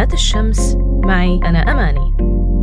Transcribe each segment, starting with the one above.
بنات الشمس معي أنا أماني.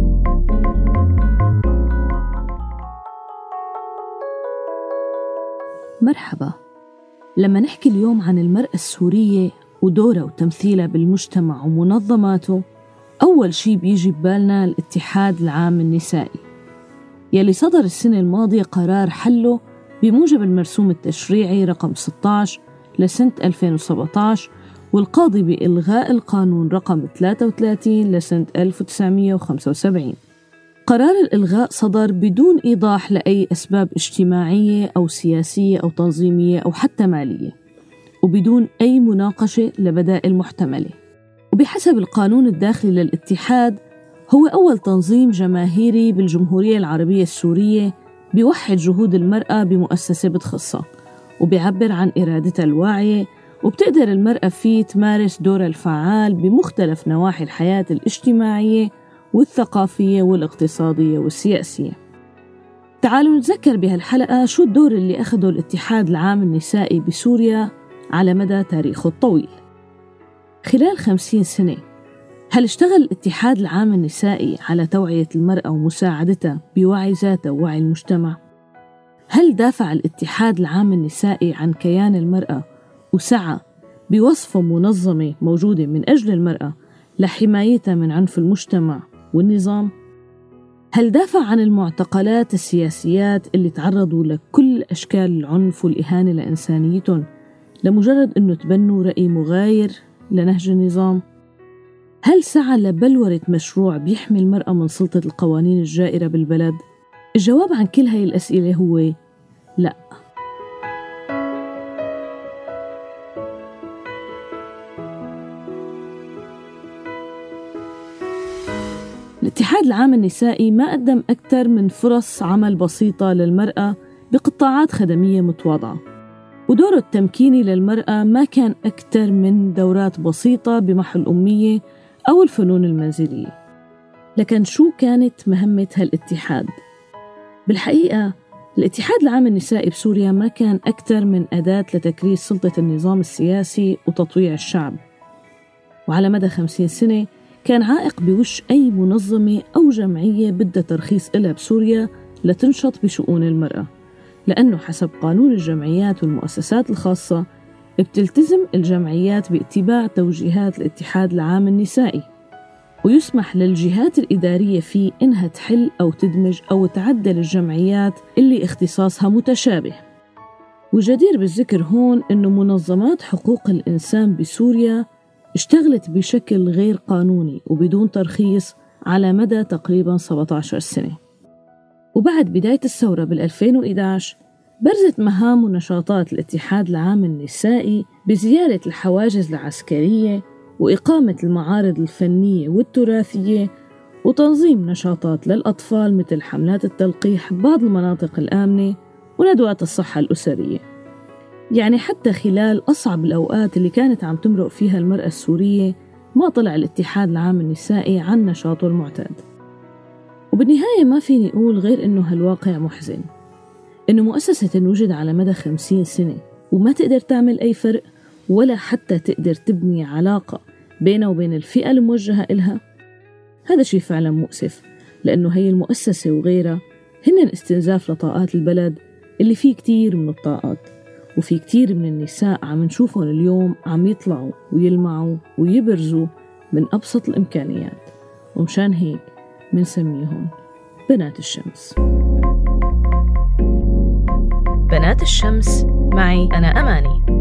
مرحبا. لما نحكي اليوم عن المرأة السورية ودورها وتمثيلها بالمجتمع ومنظماته، أول شي بيجي ببالنا الاتحاد العام النسائي يلي صدر السنة الماضية قرار حله بموجب المرسوم التشريعي رقم 16 لسنة 2017، والقاضي بإلغاء القانون رقم 33 لسنة 1975. قرار الإلغاء صدر بدون إيضاح لأي أسباب اجتماعية أو سياسية أو تنظيمية أو حتى مالية، وبدون أي مناقشة لبدائل محتملة. وبحسب القانون الداخلي للاتحاد، هو أول تنظيم جماهيري بالجمهورية العربية السورية بيوحد جهود المرأة بمؤسسة بتخصها وبيعبر عن إرادتها الواعية، وبتقدر المرأة فيه تمارس دورها الفعال بمختلف نواحي الحياة الاجتماعية والثقافية والاقتصادية والسياسية. تعالوا نتذكر بهالحلقة شو الدور اللي أخذه الاتحاد العام النسائي بسوريا على مدى تاريخه الطويل. خلال 50 سنة، هل اشتغل الاتحاد العام النسائي على توعية المرأة ومساعدتها بوعي ذاتها ووعي المجتمع؟ هل دافع الاتحاد العام النسائي عن كيان المرأة وسعى بوصفه منظمة موجودة من أجل المرأة لحمايتها من عنف المجتمع والنظام؟ هل دافع عن المعتقلات السياسيات اللي تعرضوا لكل أشكال العنف والإهانة لإنسانيتهم لمجرد أنه تبنوا رأي مغاير لنهج النظام؟ هل سعى لبلورة مشروع بيحمي المرأة من سلطة القوانين الجائرة بالبلد؟ الجواب عن كل هاي الأسئلة هو لا. الاتحاد العام النسائي ما قدم أكثر من فرص عمل بسيطة للمرأة بقطاعات خدمية متواضعة، ودوره التمكيني للمرأة ما كان أكثر من دورات بسيطة بمحو الأمية أو الفنون المنزلية. لكن شو كانت مهمة هالاتحاد؟ بالحقيقة الاتحاد العام النسائي بسوريا ما كان أكثر من أداة لتكريس سلطة النظام السياسي وتطويع الشعب، وعلى مدى 50 سنة كان عائق بوش أي منظمة أو جمعية بدها ترخيص إلها بسوريا لتنشط بشؤون المرأة، لأنه حسب قانون الجمعيات والمؤسسات الخاصة بتلتزم الجمعيات باتباع توجيهات الاتحاد العام النسائي، ويسمح للجهات الإدارية فيه إنها تحل أو تدمج أو تعدل الجمعيات اللي اختصاصها متشابه. وجدير بالذكر هون إنه منظمات حقوق الإنسان بسوريا اشتغلت بشكل غير قانوني وبدون ترخيص على مدى تقريباً 17 سنة. وبعد بداية الثورة بال2011 برزت مهام ونشاطات الاتحاد العام النسائي بزيارة الحواجز العسكرية وإقامة المعارض الفنية والتراثية وتنظيم نشاطات للأطفال مثل حملات التلقيح ببعض المناطق الآمنة وندوات الصحة الأسرية. يعني حتى خلال أصعب الأوقات اللي كانت عم تمرق فيها المرأة السورية ما طلع الاتحاد العام النسائي عن نشاطه المعتاد. وبالنهاية ما فيني أقول غير إنه هالواقع محزن، إنه مؤسسة تنوجد على مدى 50 سنة وما تقدر تعمل أي فرق ولا حتى تقدر تبني علاقة بينها وبين الفئة الموجهة إلها. هذا شيء فعلا مؤسف، لأنه هي المؤسسة وغيرها هن استنزاف لطاقات البلد اللي فيه كتير من الطاقات، وفي كتير من النساء عم نشوفهم اليوم عم يطلعوا ويلمعوا ويبرزوا من أبسط الإمكانيات، ومشان هيك منسميهم بنات الشمس. بنات الشمس معي أنا أماني.